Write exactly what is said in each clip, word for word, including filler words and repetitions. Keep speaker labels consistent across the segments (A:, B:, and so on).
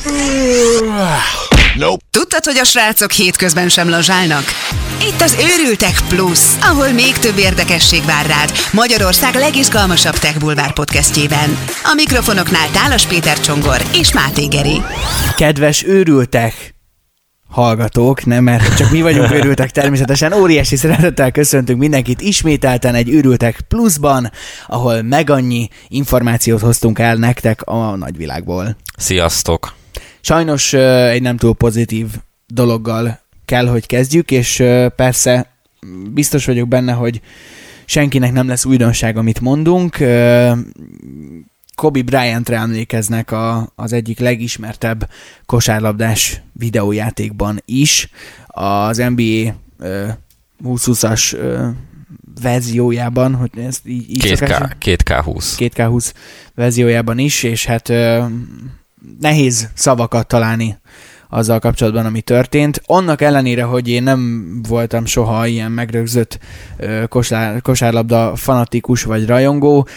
A: Nope.
B: Tudtad, hogy a srácok hétközben sem lazsálnak? Itt az Őrültek Plus, ahol még több érdekesség vár rád Magyarország legizgalmasabb Tech Bulvár podcastjében. A mikrofonoknál Tálas Péter Csongor és Máté Geri.
C: Kedves őrültek hallgatók, nem, mert csak mi vagyunk őrültek természetesen. Óriási szeretettel köszöntünk mindenkit ismételten egy Őrültek Plusban, ahol meg annyi információt hoztunk el nektek a nagyvilágból.
D: Sziasztok!
C: Sajnos egy nem túl pozitív dologgal kell, hogy kezdjük, és persze biztos vagyok benne, hogy senkinek nem lesz újdonság, amit mondunk. Kobe Bryantre emlékeznek a, az egyik legismertebb kosárlabdás videójátékban is. Az en bé á húsz húszas verziójában, hogy ezt így, így
D: két ká húsz.
C: két ká húsz verziójában is, és hát nehéz szavakat találni azzal kapcsolatban, ami történt. Annak ellenére, hogy én nem voltam soha ilyen megrögzött kosár, kosárlabda fanatikus vagy rajongó,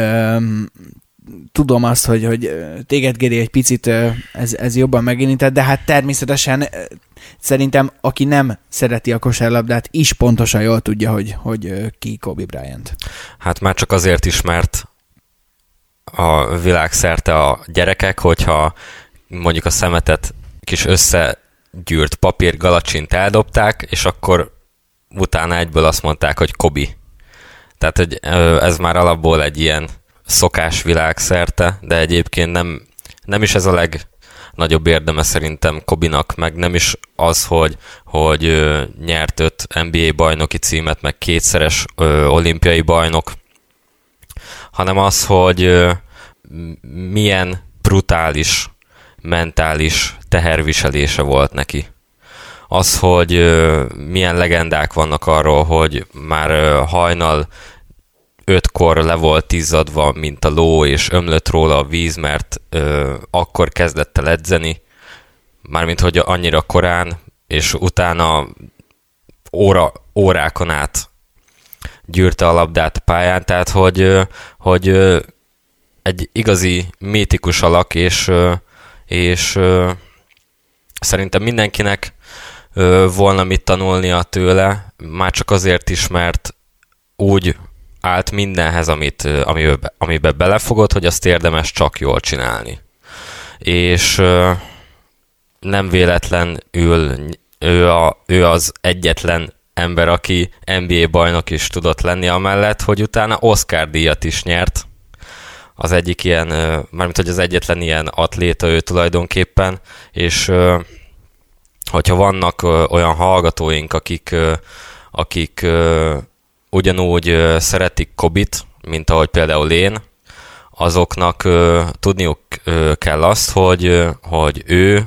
C: tudom azt, hogy, hogy téged, Geri, egy picit ez, ez jobban megérintett, de hát természetesen szerintem, aki nem szereti a kosárlabdát, is pontosan jól tudja, hogy, hogy ki Kobe Bryant.
D: Hát már csak azért is, mert a világszerte a gyerekek, hogyha mondjuk a szemetet kis összegyűrt papír galacsint eldobták, és akkor utána egyből azt mondták, hogy Kobe. Tehát, hogy ez már alapból egy ilyen szokás világszerte, de egyébként nem, nem is ez a legnagyobb érdeme szerintem Kobinak, meg nem is az, hogy, hogy nyert öt en bé á bajnoki címet, meg kétszeres ö, olimpiai bajnok, hanem az, hogy ö, milyen brutális mentális teherviselése volt neki. Az, hogy ö, milyen legendák vannak arról, hogy már ö, hajnal ötkor le volt izzadva, mint a ló, és ömlött róla a víz, mert ö, akkor kezdett el edzeni, mármint hogy annyira korán, és utána óra, órákon át gyűrte a labdát a pályán, tehát hogy, ö, hogy ö, egy igazi mítikus alak, és, ö, és ö, szerintem mindenkinek ö, volna mit tanulnia tőle, már csak azért is, mert úgy állt mindenhez, amit, amiben, amiben belefogott, hogy azt érdemes csak jól csinálni. És ö, nem véletlenül ő, a, ő az egyetlen ember, aki en bé á bajnok is tudott lenni, amellett, hogy utána Oscar-díjat is nyert. Az egyik ilyen, ö, mármint hogy az egyetlen ilyen atléta ő tulajdonképpen, és ö, hogyha vannak ö, olyan hallgatóink, akik, ö, akik ö, ugyanúgy ö, szeretik Kobit, mint ahogy például én, azoknak ö, tudniuk ö, kell azt, hogy, ö, hogy ő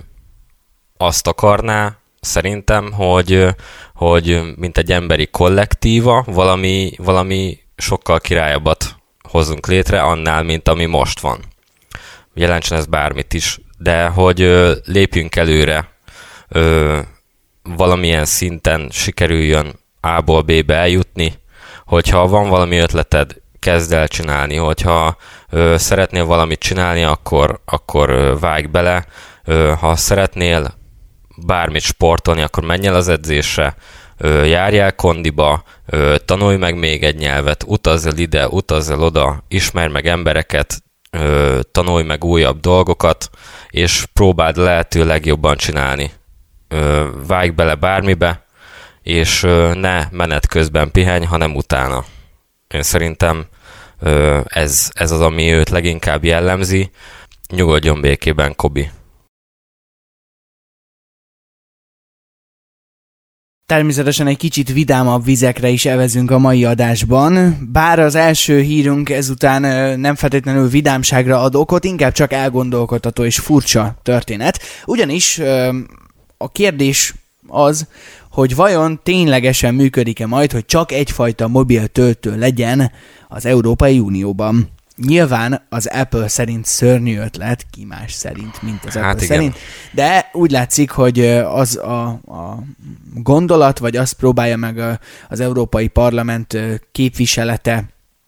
D: azt akarná, szerintem, hogy, ö, hogy mint egy emberi kollektíva valami, valami sokkal királyabbat hozzunk létre annál, mint ami most van. Jelentsen ez bármit is, de hogy ö, lépjünk előre, ö, valamilyen szinten sikerüljön A-ból B-be eljutni, hogyha van valami ötleted, kezd el csinálni, hogyha ö, szeretnél valamit csinálni, akkor, akkor ö, vágj bele, ö, ha szeretnél bármit sportolni, akkor menj el az edzésre, ö, járjál kondiba, ö, tanulj meg még egy nyelvet, utazz el ide, utazz el oda, ismerj meg embereket, ö, tanulj meg újabb dolgokat, és próbáld lehető legjobban csinálni. Ö, vágj bele bármibe, és ne menet közben pihenj, hanem utána. Én szerintem ez, ez az, ami őt leginkább jellemzi. Nyugodjon békében, Kobe.
C: Természetesen egy kicsit vidámabb vizekre is evezünk a mai adásban, bár az első hírünk ezután nem feltétlenül vidámságra ad okot, inkább csak elgondolkodtató és furcsa történet. Ugyanis a kérdés az, hogy vajon ténylegesen működik-e majd, hogy csak egyfajta mobil töltő legyen az Európai Unióban. Nyilván az Apple szerint szörnyű ötlet, ki más szerint, mint az hát Apple igen. szerint, de úgy látszik, hogy az a, a gondolat, vagy azt próbálja meg az Európai Parlament képviselete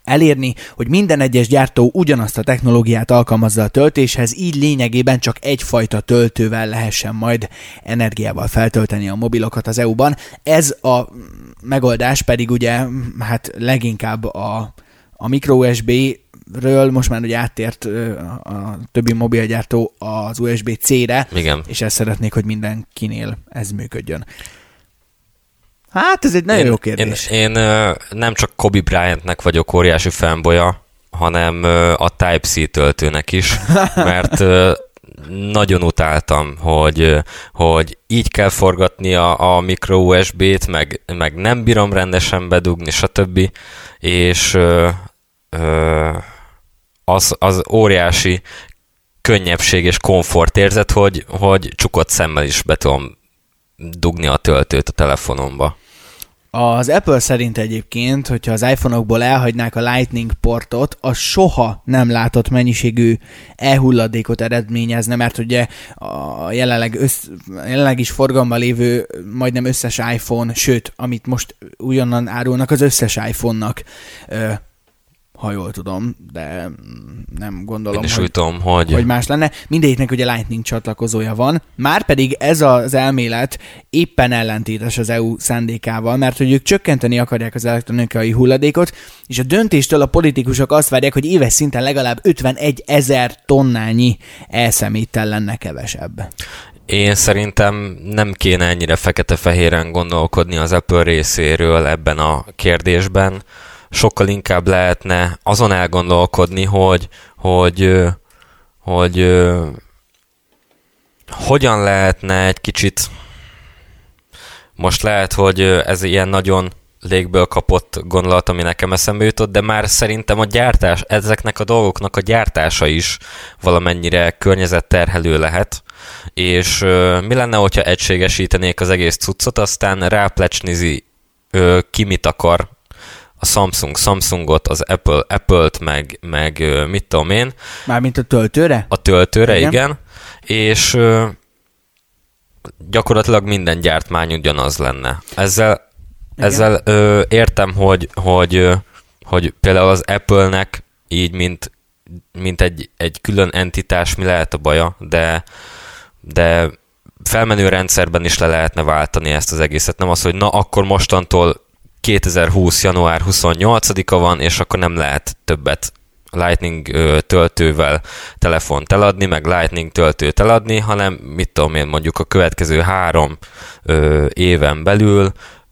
C: elérni, hogy minden egyes gyártó ugyanazt a technológiát alkalmazza a töltéshez, így lényegében csak egyfajta töltővel lehessen majd energiával feltölteni a mobilokat az é u-ban. Ez a megoldás pedig ugye hát leginkább a, a micro u es bé-ről most már ugye áttért a többi mobilgyártó az u es bé C-re,
D: igen.
C: És ezt szeretnék, hogy mindenkinél ez működjön. Hát ez egy nagyon
D: én,
C: jó kérdés.
D: Én, én nem csak Kobe Bryantnek vagyok óriási fanboya, hanem a Type-C töltőnek is, mert nagyon utáltam, hogy, hogy így kell forgatni a, a micro u es bé-t, meg, meg nem bírom rendesen bedugni, stb. És ö, ö, az, az óriási könnyebbség és komfortérzet, hogy, hogy csukott szemmel is be tudom dugni a töltőt a telefonomba.
C: Az Apple szerint egyébként, hogyha az iPhone-okból elhagynák a Lightning portot, az soha nem látott mennyiségű e-hulladékot eredményezne, mert ugye a jelenleg, össz, jelenleg is forgalomban lévő majdnem összes iPhone, sőt, amit most újonnan árulnak, az összes iPhone-nak, ha jól tudom, de nem gondolom,
D: Én is
C: hogy,
D: úgy tudom, hogy...
C: hogy más lenne. Mindegyiknek ugye Lightning csatlakozója van, márpedig ez az elmélet éppen ellentétes az é u szándékával, mert hogy ők csökkenteni akarják az elektronikai hulladékot, és a döntéstől a politikusok azt várják, hogy éves szinten legalább ötvenegy ezer tonnányi e-szeméttel lenne kevesebb.
D: Én szerintem nem kéne ennyire fekete-fehéren gondolkodni az Apple részéről ebben a kérdésben. Sokkal inkább lehetne azon elgondolkodni, hogy, hogy, hogy, hogy hogyan lehetne egy kicsit, most lehet, hogy ez ilyen nagyon légből kapott gondolat, ami nekem eszembe jutott, de már szerintem a gyártás, ezeknek a dolgoknak a gyártása is valamennyire környezetterhelő lehet, és mi lenne, hogyha egységesítenék az egész cuccot, aztán ráplecsnizi ki mit akar, a Samsung Samsungot, az Apple Apple-t, meg, meg mit tudom én.
C: Mármint a töltőre?
D: A töltőre, igen. igen. És ö, gyakorlatilag minden gyártmány ugyanaz lenne. Ezzel, ezzel ö, értem, hogy, hogy, hogy például az Apple-nek így, mint, mint egy, egy külön entitás, mi lehet a baja, de, de felmenő rendszerben is le lehetne váltani ezt az egészet. Nem az, hogy na, akkor mostantól kétezer-húsz. január huszonnyolcadika van, és akkor nem lehet többet Lightning ö, töltővel telefont eladni, meg Lightning töltőt eladni, hanem mit tudom én, mondjuk a következő három ö, éven belül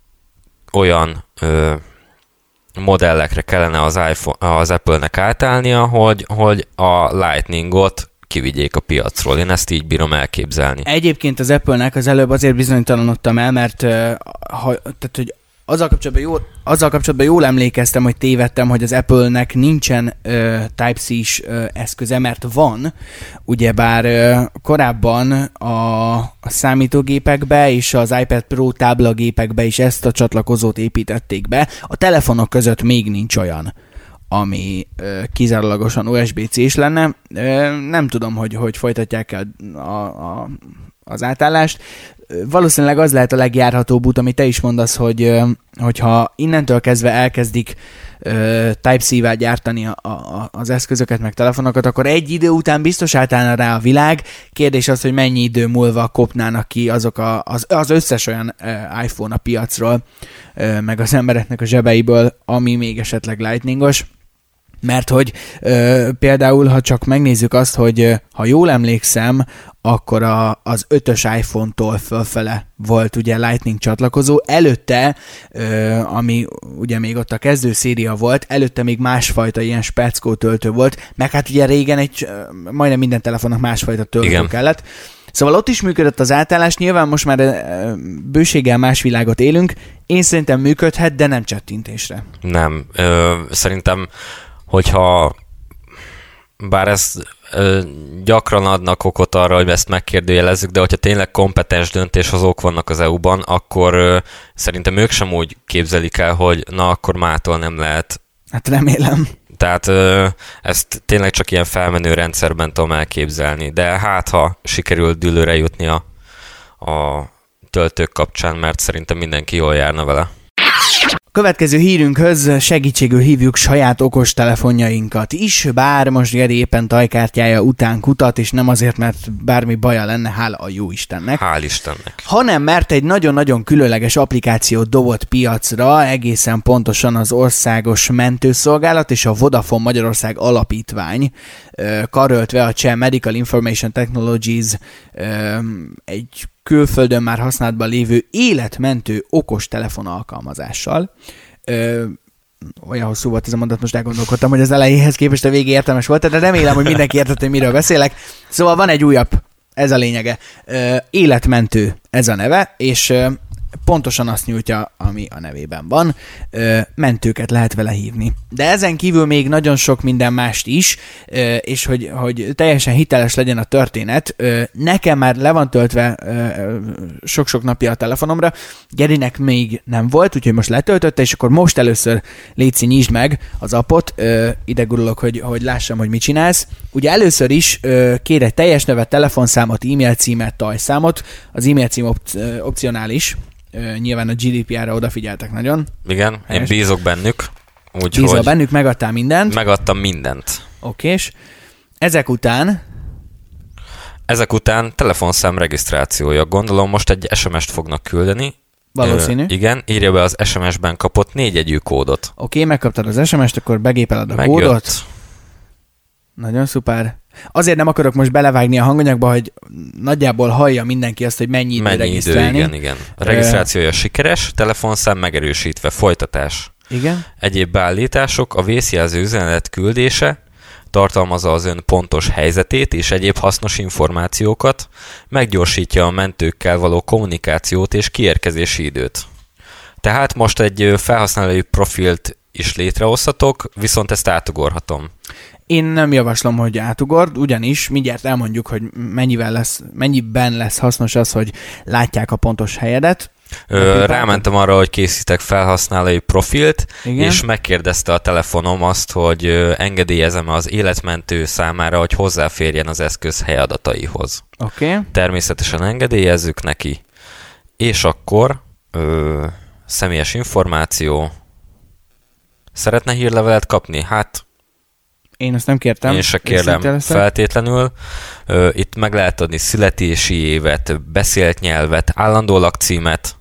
D: olyan ö, modellekre kellene az, iPhone, az Apple-nek átállnia, hogy, hogy a Lightningot kivigyék a piacról. Én ezt így bírom elképzelni.
C: Egyébként az Apple-nek az előbb azért bizonytalanodtam el, mert uh, ha, tehát, hogy Azzal kapcsolatban, jól, azzal kapcsolatban jól emlékeztem, hogy tévedtem, hogy az Apple-nek nincsen uh, Type-C-s uh, eszköze, mert van, ugyebár uh, korábban a, a számítógépekbe és az iPad Pro táblagépekbe is ezt a csatlakozót építették be. A telefonok között még nincs olyan, ami uh, kizárólagosan u es bé C-s lenne. Uh, nem tudom, hogy, hogy folytatják el a, a, az átállást. Valószínűleg az lehet a legjárhatóbb út, amit te is mondasz, hogy hogyha innentől kezdve elkezdik uh, Type-C-vel gyártani a, a, az eszközöket, meg telefonokat, akkor egy idő után biztos átállna rá a világ. Kérdés az, hogy mennyi idő múlva kopnának ki azok a, az, az összes olyan uh, iPhone a piacról, uh, meg az embereknek a zsebeiből, ami még esetleg lightningos. Mert hogy ö, például, ha csak megnézzük azt, hogy ö, ha jól emlékszem, akkor a, az ötös iPhone-tól fölfele volt ugye Lightning csatlakozó. Előtte, ö, ami ugye még ott a kezdő széria volt, előtte még másfajta ilyen speckó töltő volt, meg hát ugye régen egy, ö, majdnem minden telefonnak másfajta töltő Igen. kellett. Szóval ott is működött az átállás, nyilván most már ö, bőséggel más világot élünk. Én szerintem működhet, de nem csettintésre.
D: Nem, ö, szerintem hogyha bár ezt ö, gyakran adnak okot arra, hogy ezt megkérdőjelezzük, de hogyha tényleg kompetens döntéshozók vannak az é u-ban, akkor ö, szerintem ők sem úgy képzelik el, hogy na akkor mától nem lehet.
C: Hát remélem.
D: Tehát ö, ezt tényleg csak ilyen felmenő rendszerben tudom elképzelni, de hát ha sikerül dűlőre jutni a, a töltők kapcsán, mert szerintem mindenki jól járna vele.
C: Következő hírünkhöz segítségül hívjuk saját okos telefonjainkat is, bár most Geri éppen tajkártyája után kutat, és nem azért, mert bármi baja lenne, hála a jó Istennek.
D: Hál' Istennek.
C: Hanem mert egy nagyon-nagyon különleges applikációt dobott piacra, egészen pontosan az Országos Mentőszolgálat és a Vodafone Magyarország Alapítvány, karöltve a cseh Medical Information Technologies egy külföldön már használatban lévő életmentő okos telefon alkalmazással. Ö, olyan hosszú volt ez a mondat, most elgondolkodtam, hogy az elejéhez képest a végé értelmes volt, de remélem, hogy mindenki értette, hogy miről beszélek. Szóval van egy újabb, ez a lényege. Ö, életmentő ez a neve, és ö, pontosan azt nyújtja, ami a nevében van. Ö, mentőket lehet vele hívni. De ezen kívül még nagyon sok minden mást is, ö, és hogy, hogy teljesen hiteles legyen a történet, ö, nekem már le van töltve ö, sok-sok napja a telefonomra, Gerinek még nem volt, úgyhogy most letöltötte, és akkor most először létszi, nyisd meg az appot, ö, ide gurulok, hogy, hogy lássam, hogy mit csinálsz. Ugye először is ö, kér egy teljes nevet, telefonszámot, e-mail címet, tajszámot, az e-mail cím op- opcionális. Uh, nyilván a gé dé pé er-re odafigyeltek nagyon.
D: Igen, helyes. Én bízok bennük. Úgy,
C: Bízol bennük, megadtál mindent.
D: Megadtam mindent.
C: Okés. Ezek után?
D: Ezek után telefonszám regisztrációja. Gondolom most egy es em est fognak küldeni.
C: Valószínű.
D: Ö, igen, írja be az es em es-ben kapott négyjegyű kódot.
C: Oké, megkaptad az es em est, akkor begépeled a
D: Megjött.
C: kódot. Nagyon szuper. Azért nem akarok most belevágni a hanganyagba, hogy nagyjából hallja mindenki azt, hogy mennyi idő
D: mennyi
C: regisztrálni.
D: idő, igen, igen. A regisztrációja uh, sikeres, telefonszám megerősítve, folytatás.
C: Igen.
D: Egyéb beállítások, a vészjelző üzenet küldése, tartalmazza az ön pontos helyzetét és egyéb hasznos információkat, meggyorsítja a mentőkkel való kommunikációt és kiérkezési időt. Tehát most egy felhasználói profilt is létrehozhatok, viszont ezt átugorhatom.
C: Én nem javaslom, hogy átugord, ugyanis mindjárt elmondjuk, hogy mennyivel lesz, mennyiben lesz hasznos az, hogy látják a pontos helyedet.
D: Ö, rámentem arra, hogy készítek felhasználói profilt,
C: igen?
D: És megkérdezte a telefonom azt, hogy engedélyezem az életmentő számára, hogy hozzáférjen az eszköz helyadataihoz.
C: Oké. Okay.
D: Természetesen engedélyezzük neki, és akkor ö, személyes információ. Szeretne hírlevelet kapni? Hát
C: én ezt nem kértem.
D: Én se kérlem feltétlenül. Ö, itt meg lehet adni születési évet, beszélt nyelvet, állandó lakcímet,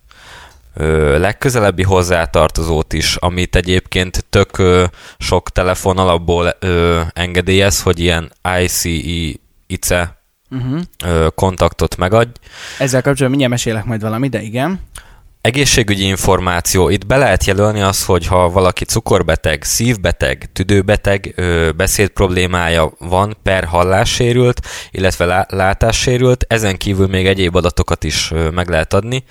D: ö, legközelebbi hozzátartozót is, amit egyébként tök ö, sok telefon alapból ö, engedélyez, hogy ilyen i cé e, i c e uh-huh. ö, kontaktot megadj.
C: Ezzel kapcsolatban mindjárt mesélek majd valamit, de igen.
D: Egészségügyi információ. Itt be lehet jelölni azt, hogy ha valaki cukorbeteg, szívbeteg, tüdőbeteg, beszéd problémája van, per hallássérült, illetve látássérült, ezen kívül még egyéb adatokat is meg lehet adni.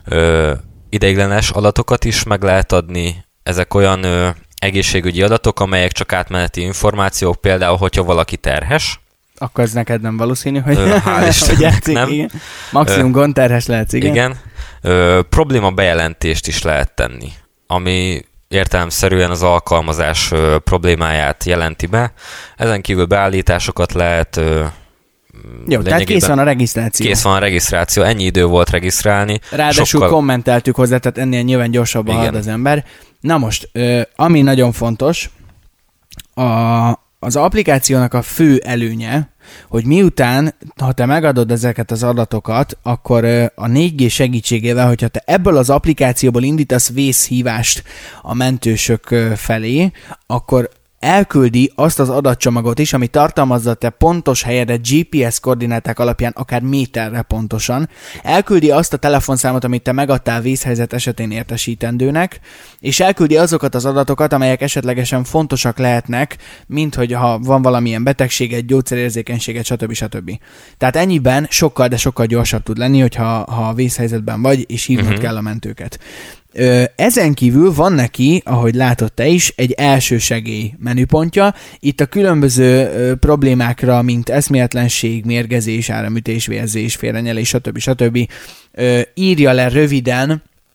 D: Ideiglenes adatokat is meg lehet adni. Ezek olyan egészségügyi adatok, amelyek csak átmeneti információk, például, hogyha valaki terhes.
C: Akkor ez neked nem valószínű, hogy,
D: Ö, hál' Istennek,
C: hogy
D: nem.
C: Igen. Maximum
D: Ö,
C: gondterhes lehetsz, igen.
D: Igen. Ö, probléma bejelentést is lehet tenni, ami értelemszerűen az alkalmazás ö, problémáját jelenti be. Ezen kívül beállításokat lehet... Ö,
C: Jó, tehát kész van a regisztráció.
D: Kész van a regisztráció, ennyi idő volt regisztrálni.
C: Ráadásul sokkal... kommenteltük hozzá, tehát ennél nyilván gyorsabban halad az ember. Na most, ö, ami nagyon fontos, a... az applikációnak a fő előnye, hogy miután, ha te megadod ezeket az adatokat, akkor a négy G segítségével, hogyha te ebből az applikációból indítasz vészhívást a mentősök felé, akkor elküldi azt az adatcsomagot is, ami tartalmazza te pontos helyedet gé pé es koordináták alapján, akár méterre pontosan. Elküldi azt a telefonszámot, amit te megadtál vészhelyzet esetén értesítendőnek, és elküldi azokat az adatokat, amelyek esetlegesen fontosak lehetnek, mint hogy ha van valamilyen betegséget, gyógyszerérzékenységet, stb. stb. Tehát ennyiben sokkal, de sokkal gyorsabb tud lenni, hogyha ha vészhelyzetben vagy, és hívnod uh-huh. kell a mentőket. Ezen kívül van neki, ahogy látod te is, egy elsősegély menüpontja. Itt a különböző problémákra, mint eszméletlenség, mérgezés, áramütés, vérzés, félrenyelés, stb. stb. Írja le röviden,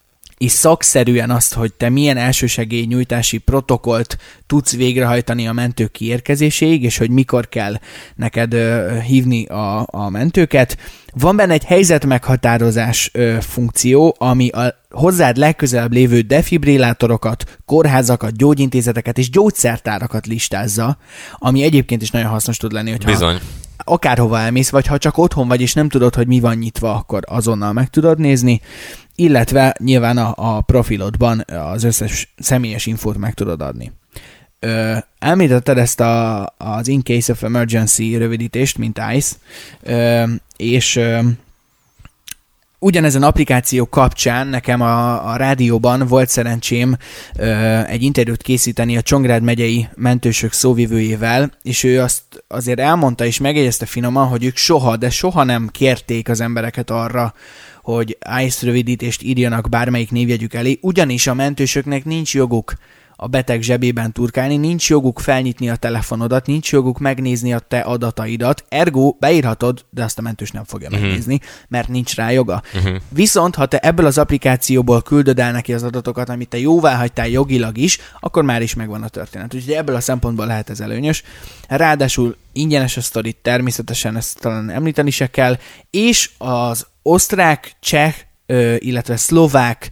C: és szakszerűen azt, hogy te milyen elsősegélynyújtási protokollt tudsz végrehajtani a mentők kiérkezéséig, és hogy mikor kell neked ö, hívni a, a mentőket. Van benne egy helyzetmeghatározás ö, funkció, ami a hozzád legközelebb lévő defibrillátorokat, kórházakat, gyógyintézeteket és gyógyszertárakat listázza, ami egyébként is nagyon hasznos tud lenni, hogyha
D: Bizony.
C: akárhova elmész, vagy ha csak otthon vagy, és nem tudod, hogy mi van nyitva, akkor azonnal meg tudod nézni, illetve nyilván a, a profilodban az összes személyes infót meg tudod adni. Ö, elmítetted ezt a, az In Case of Emergency rövidítést, mint I C E, ö, és ö, ugyanezen applikáció kapcsán nekem a, a rádióban volt szerencsém ö, egy interjút készíteni a Csongrád megyei mentősök szóvivőjével, és ő azt azért elmondta és megjegyezte finoman, hogy ők soha, de soha nem kérték az embereket arra, hogy I C E rövidítést írjanak bármelyik névjegyük elé, ugyanis a mentősöknek nincs joguk a beteg zsebében turkálni, nincs joguk felnyitni a telefonodat, nincs joguk megnézni a te adataidat, ergo beírhatod, de azt a mentős nem fogja uh-huh. megnézni, mert nincs rá joga. Uh-huh. Viszont, ha te ebből az applikációból küldöd el neki az adatokat, amit te jóvá hagytál jogilag is, akkor már is megvan a történet. Úgyhogy ebből a szempontból lehet ez előnyös. Ráadásul ingyenes a sztori, természetesen ezt talán említeni se kell, és az osztrák, cseh, illetve szlovák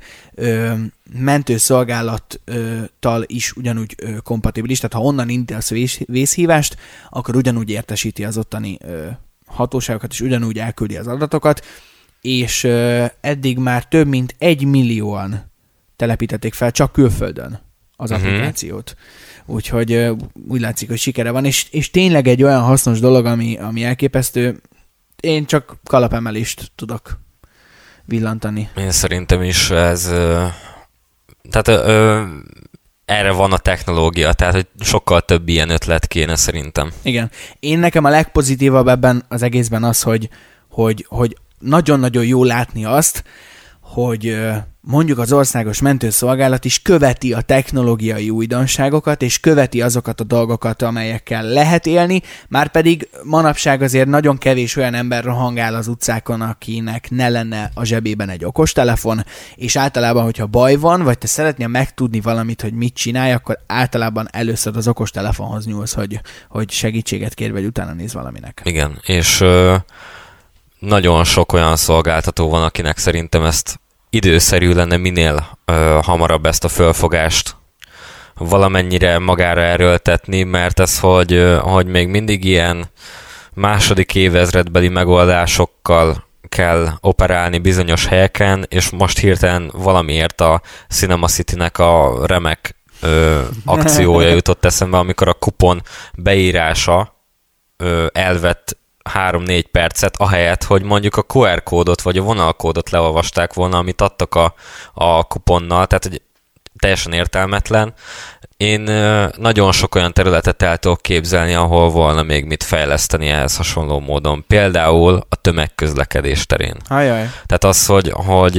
C: mentőszolgálattal is ugyanúgy kompatibilis, tehát ha onnan indítasz vész, vészhívást, akkor ugyanúgy értesíti az ottani hatóságokat, és ugyanúgy elküldi az adatokat, és eddig már több mint egy millióan telepítették fel csak külföldön az uh-huh. applikációt. Úgyhogy úgy látszik, hogy sikere van, és, és tényleg egy olyan hasznos dolog, ami, ami elképesztő. Én csak kalapemelést tudok villantani.
D: Én szerintem is ez... Tehát ö, erre van a technológia, tehát hogy sokkal több ilyen ötlet kéne szerintem.
C: Igen. Én nekem a legpozitívabb ebben az egészben az, hogy, hogy, hogy nagyon-nagyon jó látni azt, hogy mondjuk az országos mentőszolgálat is követi a technológiai újdonságokat, és követi azokat a dolgokat, amelyekkel lehet élni, márpedig manapság azért nagyon kevés olyan ember rohangál az utcákon, akinek ne lenne a zsebében egy okostelefon, és általában, hogyha baj van, vagy te szeretnél megtudni valamit, hogy mit csinálj, akkor általában először az okostelefonhoz nyúlsz, hogy, hogy segítséget kér, vagy utána néz valaminek.
D: Igen, és ö, nagyon sok olyan szolgáltató van, akinek szerintem ezt időszerű lenne minél ö, hamarabb ezt a fölfogást valamennyire magára erőltetni, mert ez, hogy, ö, hogy még mindig ilyen második évezredbeli megoldásokkal kell operálni bizonyos helyeken, és most hirtelen valamiért a Cinema City-nek a remek ö, akciója jutott eszembe, amikor a kupon beírása ö, elvett három-négy percet, ahelyett, hogy mondjuk a kú er kódot vagy a vonalkódot leolvasták volna, amit adtak a, a kuponnal, tehát hogy teljesen értelmetlen. Én nagyon sok olyan területet el tudok képzelni, ahol volna még mit fejleszteni ehhez hasonló módon. Például a tömegközlekedés terén.
C: Ajaj.
D: Tehát az, hogy, hogy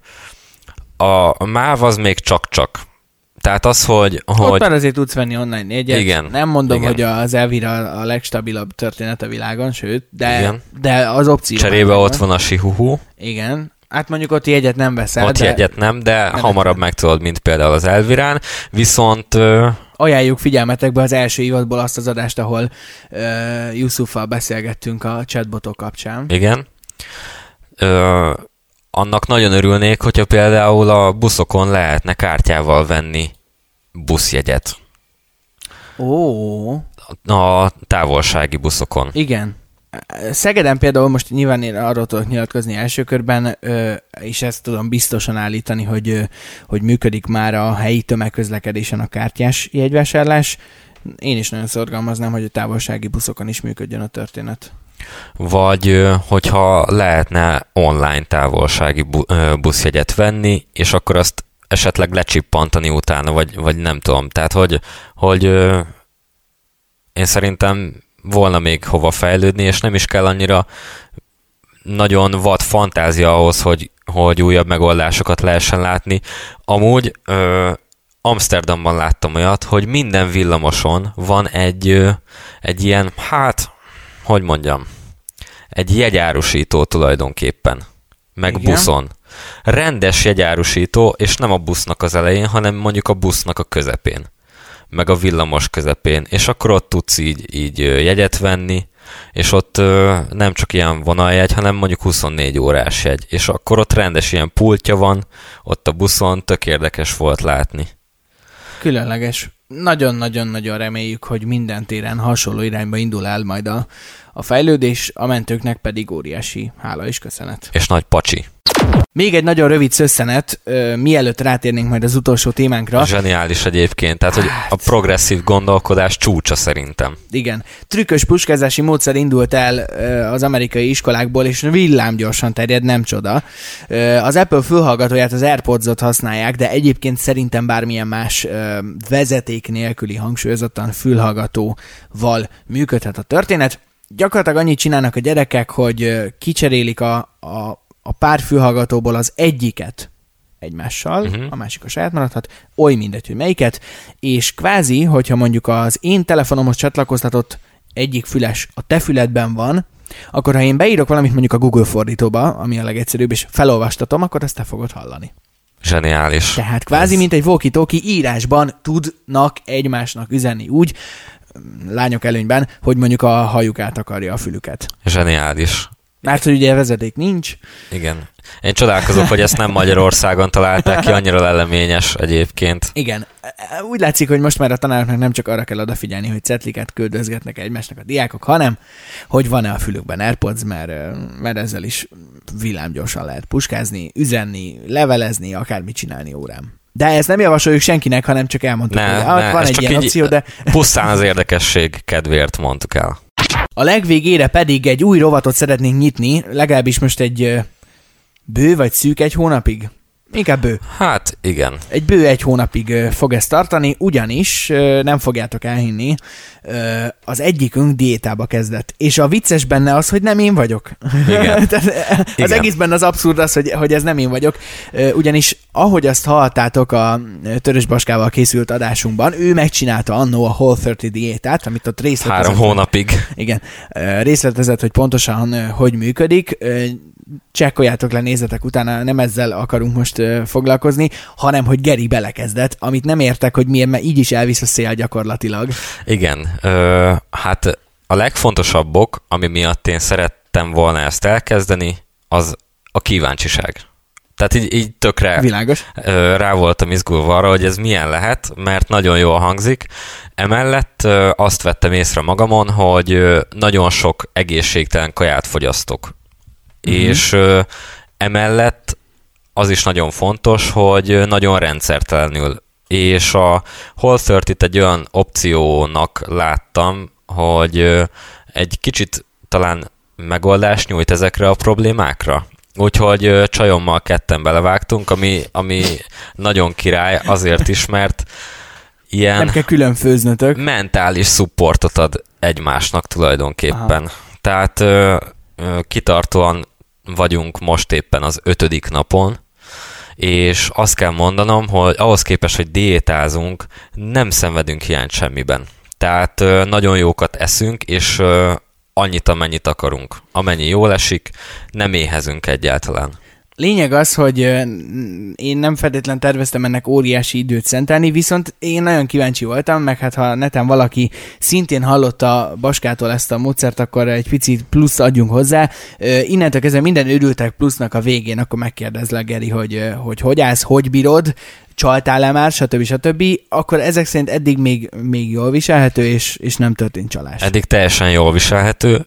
D: a MÁV az még csak-csak. Tehát az, hogy...
C: Ott
D: hogy...
C: már azért tudsz venni online jegyet.
D: Igen.
C: Nem mondom,
D: igen.
C: hogy az Elvira a legstabilabb történet a világon, sőt, de, de az opció.
D: Cserébe ott van a Sihuhu.
C: Igen. Hát mondjuk ott jegyet nem veszel.
D: Ott
C: de...
D: jegyet nem, de nem hamarabb nem. megtudod, mint például az Elvirán. Viszont...
C: Ajánljuk figyelmetekbe az első évadból azt az adást, ahol uh, Yusuffal beszélgettünk a chatbotok kapcsán.
D: Igen. Ö, annak nagyon örülnék, hogyha például a buszokon lehetne kártyával venni buszjegyet.
C: Ó.
D: A távolsági buszokon.
C: Igen. Szegeden például most nyilván én arról tudok nyilatkozni első körben, és ezt tudom biztosan állítani, hogy, hogy működik már a helyi tömegközlekedésen a kártyás jegyvásárlás. Én is nagyon szorgalmaznám, hogy a távolsági buszokon is működjön a történet.
D: Vagy hogyha lehetne online távolsági buszjegyet venni, és akkor azt esetleg lecsippantani utána, vagy, vagy nem tudom. Tehát, hogy, hogy én szerintem volna még hova fejlődni, és nem is kell annyira nagyon vad fantázia ahhoz, hogy, hogy újabb megoldásokat lehessen látni. Amúgy ö, Amsterdamban láttam olyat, hogy minden villamoson van egy, ö, egy ilyen, hát, hogy mondjam, egy jegyárusító tulajdonképpen, meg
C: igen.
D: buszon. rendes jegyárusító, és nem a busznak az elején, hanem mondjuk a busznak a közepén, meg a villamos közepén, és akkor ott tudsz így, így jegyet venni, és ott nem csak ilyen vonaljegy, hanem mondjuk huszonnégy órás jegy, és akkor ott rendes ilyen pultja van, ott a buszon, tök érdekes volt látni.
C: Különleges. Nagyon-nagyon-nagyon reméljük, hogy minden téren hasonló irányba indul el majd a, a fejlődés, a mentőknek pedig óriási hála és köszönet.
D: És nagy pacsi.
C: Még egy nagyon rövid szösszenet, uh, mielőtt rátérnénk majd az utolsó témánkra.
D: Zseniális egyébként, tehát hogy a progresszív gondolkodás csúcsa szerintem.
C: Igen. Trükkös puskázási módszer indult el uh, az amerikai iskolákból, és villámgyorsan terjed, nem csoda. Uh, az Apple fülhallgatóját, az AirPods-ot használják, de egyébként szerintem bármilyen más uh, vezeték nélküli, hangsúlyozottan fülhallgatóval működhet a történet. Gyakorlatilag annyit csinálnak a gyerekek, hogy uh, kicserélik a, a a pár fülhallgatóból az egyiket egymással, uh-huh. a másik a saját maradhat, oly mindegy, hogy melyiket, és kvázi, hogyha mondjuk az én telefonomhoz csatlakoztatott egyik füles a te füledben van, akkor ha én beírok valamit mondjuk a Google fordítóba, ami a legegyszerűbb, és felolvastatom, akkor ezt te fogod hallani.
D: Zseniális.
C: Tehát kvázi, Ez... mint egy walkie-talkie írásban tudnak egymásnak üzenni úgy, lányok előnyben, hogy mondjuk a hajuk átakarja a fülüket.
D: Zseniális.
C: Mert hogy ugye vezeték nincs.
D: Igen. Én csodálkozok, hogy ezt nem Magyarországon találták ki, annyira leleményes egyébként.
C: Igen. Úgy látszik, hogy most már a tanároknak nem csak arra kell odafigyelni, hogy cetliket küldözgetnek egymásnak a diákok, hanem hogy van-e a fülükben AirPods, mert, mert ezzel is villámgyorsan lehet puskázni, üzenni, levelezni, akármit csinálni órán. De ezt nem javasoljuk senkinek, hanem csak elmondtuk,
D: ne,
C: hogy
D: ne,
C: van egy ilyen opció, de...
D: Pusztán az érdekesség kedvéért mondtuk el.
C: A legvégére pedig egy új rovatot szeretnénk nyitni, legalábbis most egy bő vagy szűk egy hónapig. Inkább bő.
D: Hát igen.
C: Egy bő egy hónapig fog ezt tartani, ugyanis nem fogjátok elhinni, az egyikünk diétába kezdett. És a vicces benne az, hogy nem én vagyok.
D: Igen.
C: az
D: igen.
C: egészben az abszurd az, hogy, hogy ez nem én vagyok. Ugyanis ahogy azt hallottátok a Törös Baskával készült adásunkban, ő megcsinálta annó a Whole harminc diétát, amit ott részletezett.
D: Három hónapig.
C: Igen. Részletezett, hogy pontosan hogy működik. Csekkoljátok le, nézzetek utána, nem ezzel akarunk most uh, foglalkozni, hanem hogy Geri belekezdett, amit nem értek, hogy miért, mert így is elvisz a szél gyakorlatilag.
D: Igen, ö, hát a legfontosabbok, ami miatt én szerettem volna ezt elkezdeni, az a kíváncsiság. Tehát így, így tökre
C: Világos.
D: Ö, rá voltam izgulva arra, hogy ez milyen lehet, mert nagyon jól hangzik. Emellett ö, azt vettem észre magamon, hogy ö, nagyon sok egészségtelen kaját fogyasztok. Uh-huh. És ö, emellett az is nagyon fontos, hogy nagyon rendszertelenül. És a Whole harmincet egy olyan opciónak láttam, hogy ö, egy kicsit talán megoldást nyújt ezekre a problémákra. Úgyhogy ö, csajommal ketten belevágtunk, ami, ami nagyon király azért is, mert ilyen
C: nem kell külön főznötök.
D: Mentális szupportot ad egymásnak tulajdonképpen. Aha. Tehát ö, ö, kitartóan vagyunk most éppen az ötödik napon, és azt kell mondanom, hogy ahhoz képest, hogy diétázunk, nem szenvedünk hiányt semmiben. Tehát ö, nagyon jókat eszünk, és ö, annyit, amennyit akarunk. Amennyi jól esik, nem éhezünk egyáltalán.
C: Lényeg az, hogy én nem feltétlen terveztem ennek óriási időt szentelni, viszont én nagyon kíváncsi voltam, meg hát ha neten valaki szintén hallotta Baskától ezt a módszert, akkor egy picit plusz adjunk hozzá. Innentől kezdve minden Örültek plusznak a végén, akkor megkérdezlek, Geri, hogy hogy, hogy állsz, hogy bírod, csaltál-e már, stb. stb. Akkor ezek szerint eddig még, még jól viselhető, és, és nem történt csalás.
D: Eddig teljesen jól viselhető.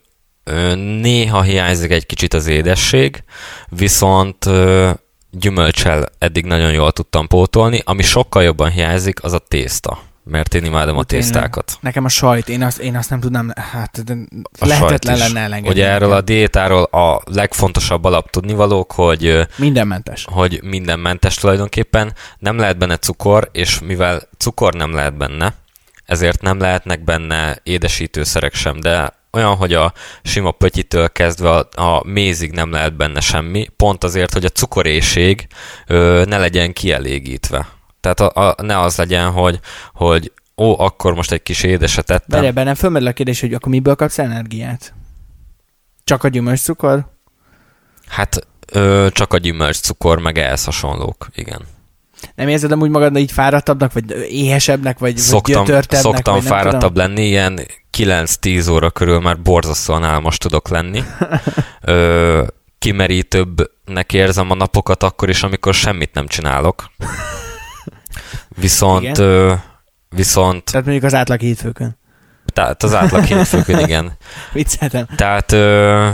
D: Néha hiányzik egy kicsit az édesség, viszont gyümölccsel eddig nagyon jól tudtam pótolni. Ami sokkal jobban hiányzik, az a tészta. Mert én imádom a tésztákat.
C: Nekem a sajt, én azt, én azt nem tudnám, hát lehetetlen lenne elengedni.
D: Ugye erről a diétáról a legfontosabb alap tudnivalók, hogy
C: mindenmentes.
D: Hogy mindenmentes tulajdonképpen. Nem lehet benne cukor, és mivel cukor nem lehet benne, ezért nem lehetnek benne édesítőszerek sem, de olyan, hogy a sima pötyitől kezdve a, a mézig nem lehet benne semmi, pont azért, hogy a cukoréhség ö, ne legyen kielégítve. Tehát a, a, ne az legyen, hogy, hogy ó, akkor most egy kis édeset ettem.
C: Várjál, bennem fölmerül a kérdés, hogy akkor miből kapsz energiát? Csak a gyümölcscukor?
D: Hát Ö, csak a gyümölcs, cukor, meg ehhez hasonlók, igen.
C: Nem érzed amúgy magad így fáradtabbnak, vagy éhesebbnek, vagy,
D: szoktam,
C: vagy gyötörtebbnek?
D: Szoktam
C: vagy
D: fáradtabb lenni, ilyen kilenc-tíz óra körül már borzasztóan álmos tudok lenni. Ö, kimerítőbbnek érzem a napokat akkor is, amikor semmit nem csinálok. Viszont... Ö, viszont
C: Tehát mondjuk az átlag hétfőkön.
D: Tehát az átlag hétfőkön, igen.
C: Vicceltem.
D: Tehát ö,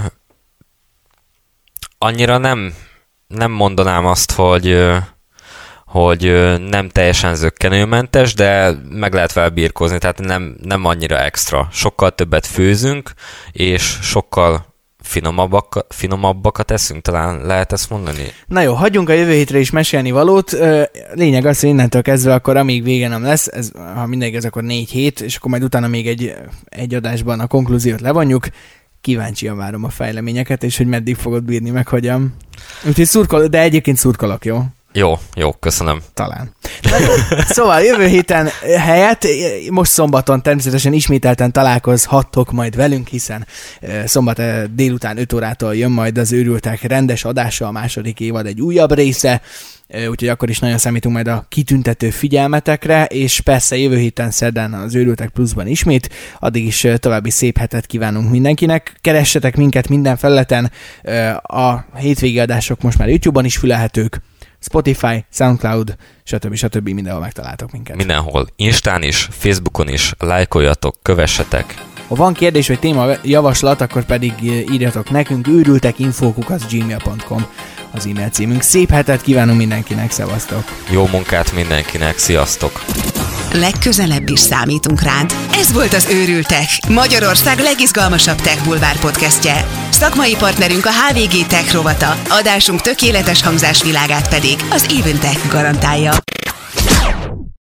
D: annyira nem, nem mondanám azt, hogy, hogy nem teljesen zökkenőmentes, de meg lehet vele birkózni, tehát nem, nem annyira extra. Sokkal többet főzünk, és sokkal finomabbak, finomabbakat eszünk, talán lehet ezt mondani?
C: Na jó, hagyjunk a jövő hétre is mesélni valót. Lényeg az, hogy innentől kezdve akkor amíg vége nem lesz, ez, ha mindegy, ez akkor négy hét, és akkor majd utána még egy, egy adásban a konklúziót levonjuk. Kíváncsian várom a fejleményeket, és hogy meddig fogod bírni, meg hogyan. Úgyhogy szurkol, de egyébként szurkolok, jó?
D: Jó, jó, köszönöm.
C: Talán. Szóval jövő héten helyett, most szombaton természetesen ismételten találkozhattok majd velünk, hiszen szombat délután öt órától jön majd az Őrültek rendes adása, a második évad egy újabb része, úgyhogy akkor is nagyon számítunk majd a kitüntető figyelmetekre, és persze jövő héten szerdán az Őrültek Pluszban ismét, addig is további szép hetet kívánunk mindenkinek. Keressetek minket minden felületen, a hétvégi adások most már YouTube-on is fülelhetők, Spotify, SoundCloud, stb. stb. Mindenhol megtaláltok minket.
D: Mindenhol. Instán is, Facebookon is, lájkoljatok, kövessetek.
C: Ha van kérdés vagy téma javaslat, akkor pedig írjatok nekünk, őrültekinfo kukac gmail pont com az e-mail címünk. Szép hetet kívánunk mindenkinek, szevasztok!
D: Jó munkát mindenkinek, sziasztok!
B: Legközelebb is számítunk rád. Ez volt az Őrültek, Magyarország legizgalmasabb tech bulvár podcastje. Szakmai partnerünk a há vé gé Tech rovata, adásunk tökéletes hangzásvilágát pedig az Eventech garantálja.